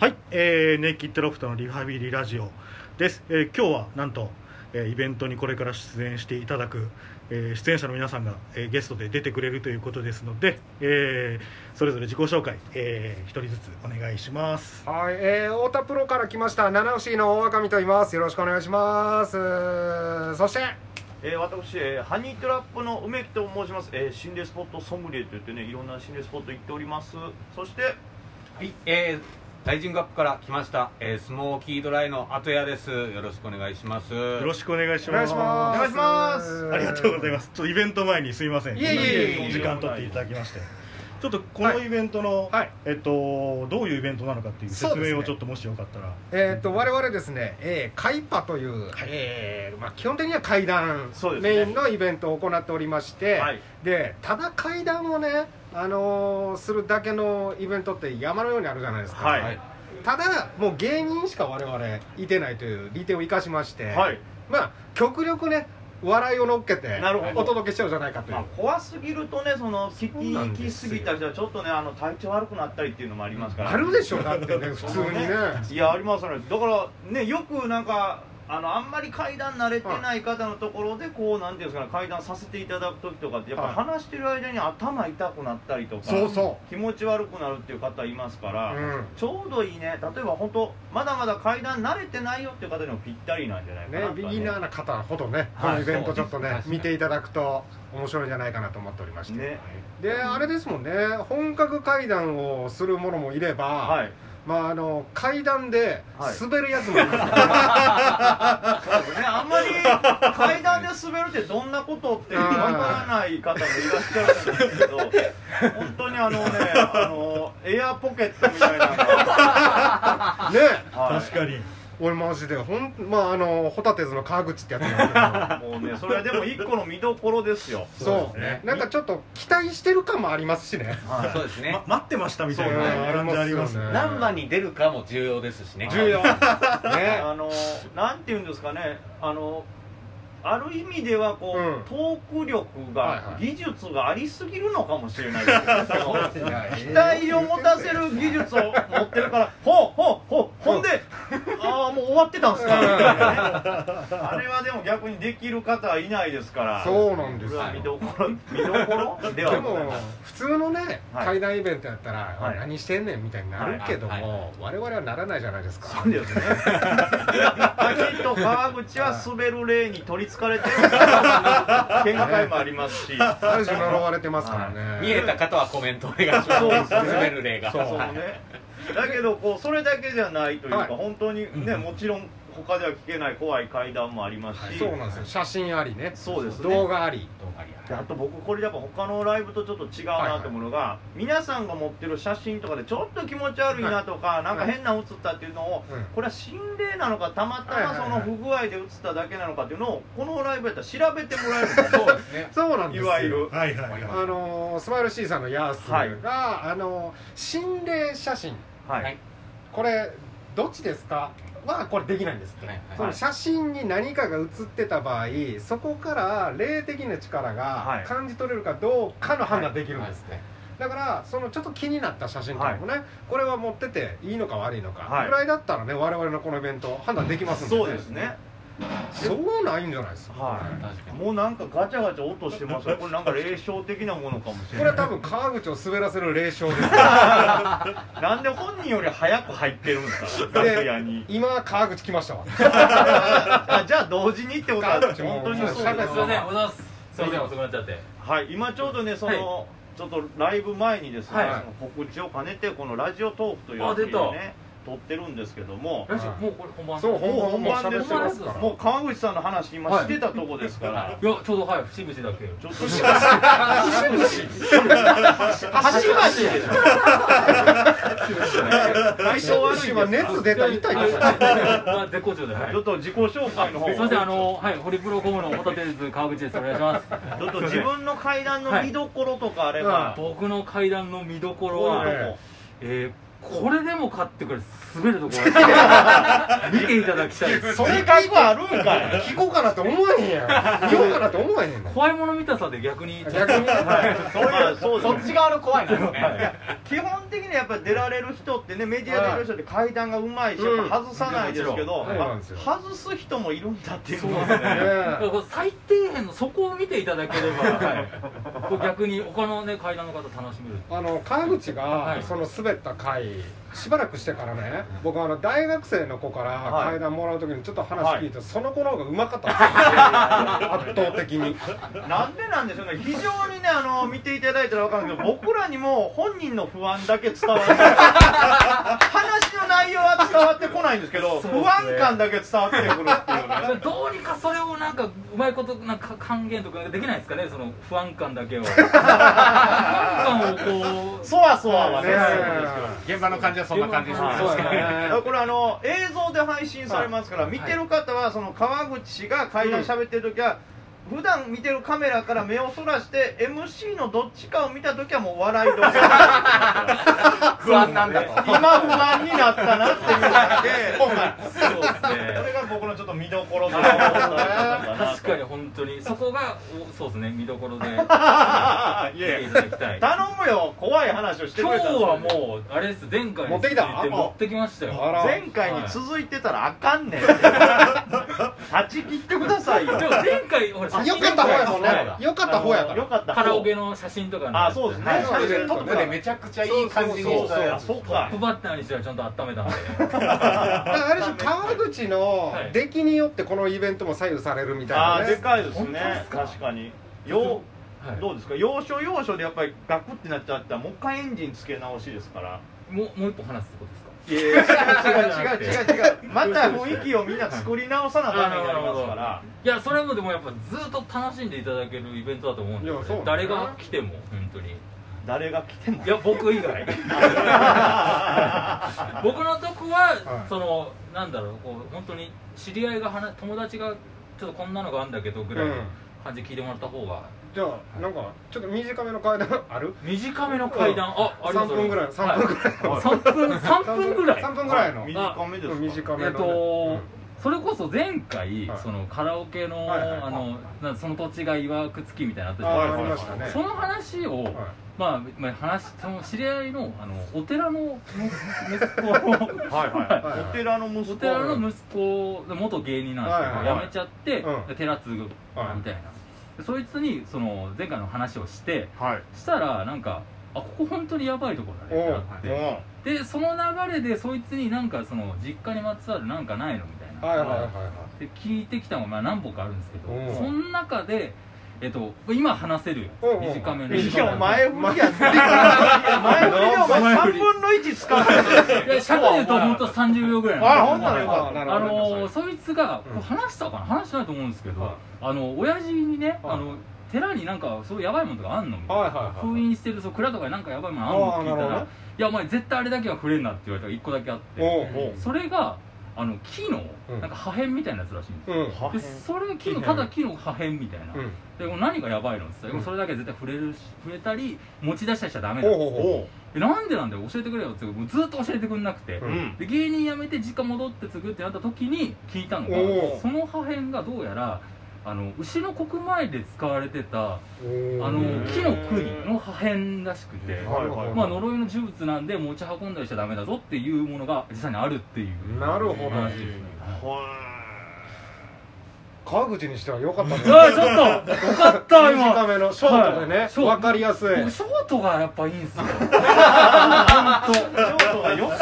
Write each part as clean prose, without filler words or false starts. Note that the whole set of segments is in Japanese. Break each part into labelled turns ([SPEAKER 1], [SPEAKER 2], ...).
[SPEAKER 1] はい、ネイキッドロフトのリハビリラジオです。今日はなんと、イベントにこれから出演していただく、出演者の皆さんが、ゲストで出てくれるということですので、それぞれ自己紹介、一人ずつお願いします。
[SPEAKER 2] はい、太田プロから来ました七牛の大上と言います。よろしくお願いします。そして
[SPEAKER 3] 私、ハニートラップの梅木と申します。心霊スポットソムリエといってね、いろんな心霊スポット行っております。そして
[SPEAKER 4] はい、ライジングアップから来ました、スモーキードライの後屋です。よろしくお願いします。
[SPEAKER 1] よろしくお願いします。
[SPEAKER 2] お願いします。
[SPEAKER 1] ありがとうございます。ちょっとイベント前にすいません。
[SPEAKER 2] いえいえいえ
[SPEAKER 1] 時間取っていただきまして。ちょっとこのイベントの、
[SPEAKER 2] はい
[SPEAKER 1] どういうイベントなのかっていう説明をちょっともしよかったら。
[SPEAKER 2] 我々ですね、カイパという、基本的には怪談メインのイベントを行っておりまして、
[SPEAKER 3] はい、
[SPEAKER 2] でただ怪談をね、するだけのイベントって山のようにあるじゃないですか。
[SPEAKER 3] はい、
[SPEAKER 2] ただもう芸人しか我々いてないという利点を生かしまして、
[SPEAKER 3] はい、
[SPEAKER 2] 極力ね笑いを乗っけてお届けしようじゃないかという、
[SPEAKER 3] 怖すぎるとね、その聞きすぎた人はちょっとね、体調悪くなったりっていうのもありますから、
[SPEAKER 2] あるでしょ。だってね普通にね
[SPEAKER 3] いやありますね。だからね、よくなんかあんまり階段慣れてない方のところでこうなんていうんですかね、階段させていただく時とかってやっぱ話してる間に頭痛くなったりとか、気持ち悪くなるっていう方いますから、ちょうどいいね。例えば本当まだまだ階段慣れてないよっていう方にもぴったりなんじゃないかなと、
[SPEAKER 2] ビギナーな方ほどね、このイベントちょっとね見ていただくと面白いんじゃないかなと思っておりまして、であれですもんね、本格階段をするものもいれば、階段で滑るやつもいますからね。
[SPEAKER 3] あんまり階段で滑るってどんなことってわからない方もいらっしゃるんですけど、本当にエアポケットみたいなのが
[SPEAKER 2] ね、
[SPEAKER 1] 確かに
[SPEAKER 2] 俺マジでホタテズの川口ってやつなん
[SPEAKER 3] ですけどもうね、それはでも一個の見どころですよ。
[SPEAKER 2] そうね、なんかちょっと期待してる感もありますしね。
[SPEAKER 4] そうですね、
[SPEAKER 1] 待ってましたみたいな感じありますね。
[SPEAKER 4] 何番に出るかも重要ですしね。
[SPEAKER 2] 重要ね。
[SPEAKER 3] なんていうんですかね、ある意味ではこう、トーク力が、技術がありすぎるのかもしれないですけど、期待を持たせる技術を持ってるからほんでもう終わってたんですかみたいなね。あれはでも逆にできる方はいないですから。
[SPEAKER 2] そうなんですよ。
[SPEAKER 3] 見どころでは。
[SPEAKER 2] でも普通のね怪談イベントやったら何してんねんみたいになるけども、我々はならないじゃないですか。
[SPEAKER 3] そうですね。秋と川口は滑る霊に取りつかれてる見解もありますし、
[SPEAKER 2] ある種呪われてますからね。
[SPEAKER 4] 見えた方はコメントお願いします。滑る霊が。
[SPEAKER 3] そうね。だけどそれだけじゃないというか、本当にね、もちろん他では聞けない怖い怪談もありますし、
[SPEAKER 2] そうなんですよ。写真ありね、
[SPEAKER 3] そうですね、
[SPEAKER 2] 動画あり。
[SPEAKER 3] あと僕これやっぱ他のライブとちょっと違うなと思うのが、皆さんが持ってる写真とかでちょっと気持ち悪いなとか、なんか変な写ったっていうのを、これは心霊なのかたまたまその不具合で写っただけなのかっていうのをこのライブやったら調べてもらえるんですよ。
[SPEAKER 2] そうですね。そうなんですよ。
[SPEAKER 3] いわゆる
[SPEAKER 2] スマイル C さんのヤースが心霊写真、これどっちですかはこれできないんですって、その写真に何かが写ってた場合、そこから霊的な力が感じ取れるかどうかの判断できるんですって。だからそのちょっと気になった写真とかもね、これは持ってていいのか悪いのかぐらいだったらね、我々のこのイベント判断できますんで。
[SPEAKER 3] そうですね。
[SPEAKER 2] そうないんじゃないですか。
[SPEAKER 3] もうなんかガチャガチャ音してますよ。これなんか霊障的なものかもしれない。
[SPEAKER 2] これは多分川口を滑らせる霊障です。
[SPEAKER 3] なんで本人より早く入ってるんですか、楽屋に。
[SPEAKER 2] 今川口来ましたわ。
[SPEAKER 3] じゃあ同時にってことは本当にそうです。
[SPEAKER 5] すいません、おはようございます。すいません、遅くなっちゃって。
[SPEAKER 3] はい、今ちょうどね、ちょっとライブ前にですね、その告知を兼ねてこのラジオトークというアプリでね撮ってるんですけども、
[SPEAKER 5] もうこれ本番。
[SPEAKER 2] そう、
[SPEAKER 3] 本番ですよ。もう川口さんの話今してたとこですから。
[SPEAKER 5] いや、ちょうど節々だけ。
[SPEAKER 3] ちょっと節々。端々でしょ。
[SPEAKER 2] 体調悪いは熱出たら痛いですよ。
[SPEAKER 5] 絶好調で。
[SPEAKER 3] ちょっと自己紹介の方。
[SPEAKER 5] すいません、ホリプロコムのホタテズ川口です。お願いします。
[SPEAKER 3] ちょっと自分の階段の見どころとかあれば。
[SPEAKER 5] 僕の階段の見どころは、 これでも勝ってくれ滑るところ見ていただきたいです。
[SPEAKER 3] それ覚悟あるんかい。
[SPEAKER 2] 聞こうかなって思わへんやん。見ようかなって思わへんねん。
[SPEAKER 5] 怖いもの見たさで逆に
[SPEAKER 2] 逆に
[SPEAKER 4] そっち側の怖いなんですね。
[SPEAKER 3] 基本的にやっぱり出られる人ってね、メディアでいる人って階段がうまいし、やっぱ外さないですけど、外す人もいるんだっていうのはね。
[SPEAKER 5] 最底辺のそこを見ていただければ逆に他のね階段の方楽しめる。
[SPEAKER 2] 川口がその滑った回しばらくしてからね、僕大学生の子から階段もらう時にちょっと話聞いて、その子の方がうまかったんですよ圧倒的に。
[SPEAKER 3] なんでなんでしょうね。非常にね見ていただいたら分かるんですけど、僕らにも本人の不安だけ伝わる話の内容は伝わってこないんですけど、不安感だけ伝わってくるっていうね。
[SPEAKER 5] どうにかそれをなんかうまいことなんか還元とかできないですかね、その不安感だけを。不安感をこう
[SPEAKER 3] そわそわはね。
[SPEAKER 4] 現場の感じはそんな感じですね。
[SPEAKER 3] これ映像で配信されますから、見てる方はその川口氏が階段喋ってる時は普段見てるカメラから目をそらして MC のどっちかを見た時はもう笑いどころ
[SPEAKER 4] 不安なんだと。
[SPEAKER 3] 今不安になったなっていうだけ。
[SPEAKER 5] そうですね。
[SPEAKER 3] それが僕のちょっと見どころで。
[SPEAKER 5] 確かに本当にそこがそうですね、見どころで見ていただきたい。
[SPEAKER 3] 頼むよ、怖い話をしてくれた。
[SPEAKER 5] 今日はもうあれです、前回に
[SPEAKER 2] 持ってきた
[SPEAKER 5] 持ってきましたよ。
[SPEAKER 3] 前回に続いてたらあかんねん。断ち切ってくださいよ。
[SPEAKER 5] でも前回ほら
[SPEAKER 2] よかった方やもんね。よかった方やから。
[SPEAKER 3] よかった。
[SPEAKER 5] カラオケの写真とか
[SPEAKER 3] あ、そうですね。
[SPEAKER 4] トップでめちゃくちゃいい感じにしたやつ。
[SPEAKER 3] そうか。
[SPEAKER 5] トップバッターにしてはちゃんと温めたんで。
[SPEAKER 2] あれ川口の出来によってこのイベントも左右されるみたいなね。
[SPEAKER 3] でかいですね。確かに。どうですか。要所要所でやっぱりガクってなっちゃったらもう一回エンジンつけ直しですから。
[SPEAKER 5] もう一歩話すことですか。
[SPEAKER 3] いや違う。また雰囲気をみんな作り直さなダメになりますから。
[SPEAKER 5] いや、それもでもやっぱずっと楽しんでいただけるイベントだと思うんですよ。誰が来ても本当に。
[SPEAKER 3] 誰が来ても。
[SPEAKER 5] いや、僕以外。僕のとこはそのなんだろう、こう本当に知り合いが友達がちょっとこんなのがあるんだけどぐらいの感じで聞いてもらった方が。
[SPEAKER 2] じゃあなんかちょっと短めの階段ある？
[SPEAKER 5] 短めの階段、あります。
[SPEAKER 2] 3分ぐらい。
[SPEAKER 5] 3分ぐらい。
[SPEAKER 2] 3分ぐらいの。
[SPEAKER 3] 短めですか。
[SPEAKER 2] 短めの。
[SPEAKER 5] それこそ前回そのカラオケのその土地がいわくつきみたいなのあったじゃないですか。その話をその知り合いのお寺の息子の
[SPEAKER 3] お寺の
[SPEAKER 5] 息子元芸人なんですけど辞めちゃって寺継ぐみたいな。そいつにその前回の話をしてしたらなんかここ本当にやばいところだねってなって、でその流れでそいつになんかその実家にまつわるなんかないのみたいなで聞いてきたのが何本かあるんですけど、その中で今話せる短めの。
[SPEAKER 3] いや前振りやって前振りでお前3分の1使ってる。
[SPEAKER 5] 尺で言うと本当30秒ぐらいなんで、そいつが話したかな、話してないと思うんですけど、親父にね寺になんかそういうやばいものとかあんのみたいな、封印してる蔵とかになんかやばいものあんのって聞いたら、いやお前絶対あれだけは触れんなって言われたら1個だけあって、それが木のなんか破片みたいなやつらしいんですよ。でそれただ木の破片みたいな。で何がやばいのって言ったら、それだけ絶対触れたり持ち出したりしちゃダメだって。なんでなんだよ教えてくれよってもうずっと教えてくれなくて、で芸人辞めて実家戻って継ぐってなった時に聞いたのが、その破片がどうやら牛の国前で使われてた木の杭の破片らしくて、まあ呪いの呪物なんで持ち運んだりしちゃダメだぞっていうものが実際にあるっていう話ですね。
[SPEAKER 2] 川口にしては良かったね。
[SPEAKER 5] ちょっとよかった今。
[SPEAKER 2] 短めのショートでね、分かりやすい。
[SPEAKER 5] 僕ショートがやっぱいいんすよ。
[SPEAKER 3] ショートが良かった。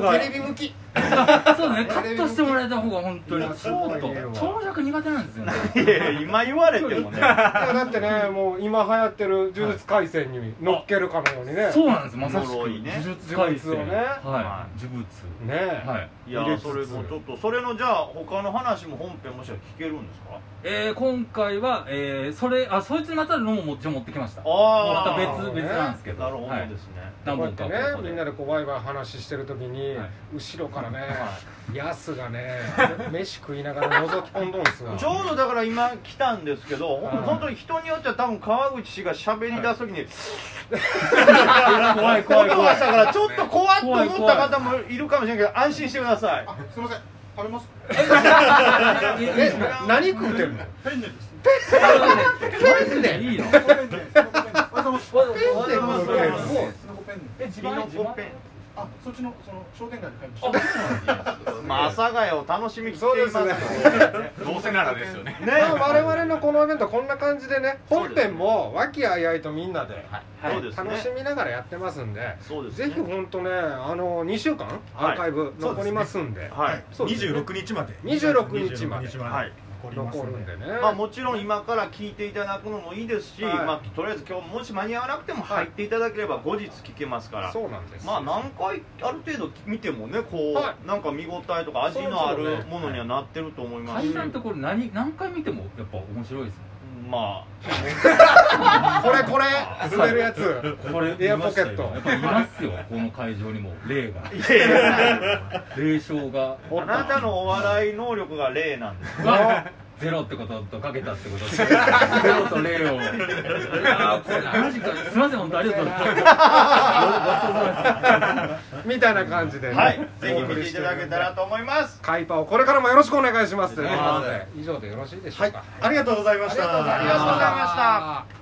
[SPEAKER 2] テレビ向き。
[SPEAKER 5] そうね、カットしてもらえた方が本当にショート長尺苦手なんですよね。
[SPEAKER 3] いや今言われてもね。
[SPEAKER 2] だってね、もう今流行ってる呪術廻戦に乗っけるかのようにね。
[SPEAKER 5] そうなんです、まさしく
[SPEAKER 3] 呪
[SPEAKER 5] 術廻戦
[SPEAKER 2] をね、
[SPEAKER 5] 呪物
[SPEAKER 2] ね。
[SPEAKER 3] いやそれもちょっとそれのじゃあ他の話も本編もしは聞けるんですか。
[SPEAKER 5] 今回はそいつにまたのももちろん持ってきました。また別なんですけど。
[SPEAKER 3] なるほどですね。
[SPEAKER 2] 何本かね、みんなでこうワイワイ話してる時に後ろからね、ヤスがね飯食いながら覗き込んどんすわ。
[SPEAKER 3] ちちょうどだから今来たんですけど、本当に人によっては多分川口氏が喋り出す時に怖い音がしたからちょっと怖っと思った方もいるかもしれないけど安心してください。
[SPEAKER 1] すみません、食べます。
[SPEAKER 2] 何食うてんの？
[SPEAKER 1] ペンネです。
[SPEAKER 2] ペンネいいの？
[SPEAKER 1] ペンネ。
[SPEAKER 3] 自分のペン。
[SPEAKER 1] あ、そっちの商店街で買いました。
[SPEAKER 3] まあ阿佐ヶ谷を楽しみに来ていますので、
[SPEAKER 4] どうせならですよね。
[SPEAKER 2] 我々のこのイベントこんな感じでね、本編も和気あいあいとみんなで楽しみながらやってますんで、ぜひ本当ね2週間アーカイブ残りますんで、
[SPEAKER 1] 26日まで。
[SPEAKER 2] 26日まで。
[SPEAKER 1] 残るんでね。
[SPEAKER 3] まあもちろん今から聞いていただくのもいいですし、まあとりあえず今日もし間に合わなくても入っていただければ後日聞けますから。
[SPEAKER 2] そうなんです。
[SPEAKER 3] まあ何回ある程度見てもね、こうなんか見応えとか味のあるものにはなってると思いますし。
[SPEAKER 5] 階段ってこれ何回見てもやっぱ面白いですね。
[SPEAKER 3] ま
[SPEAKER 2] あこれ滑るやつ、
[SPEAKER 5] これ
[SPEAKER 2] エアポケット
[SPEAKER 5] やっぱいますよ、この会場にも霊が、霊障が。
[SPEAKER 3] あなたのお笑い能力が霊なんです。
[SPEAKER 5] ゼロってこととかけたってことでゼロと霊を。ああこれマジか。すみません本当ありがとうございます。
[SPEAKER 2] みたいな感じで
[SPEAKER 3] ぜひ見ていただけたらと思います。
[SPEAKER 2] カイパをこれからもよろしくお願いしますということで、以上でよろしいでしょうか。
[SPEAKER 1] ありがとうございました。
[SPEAKER 3] ありがとうございました。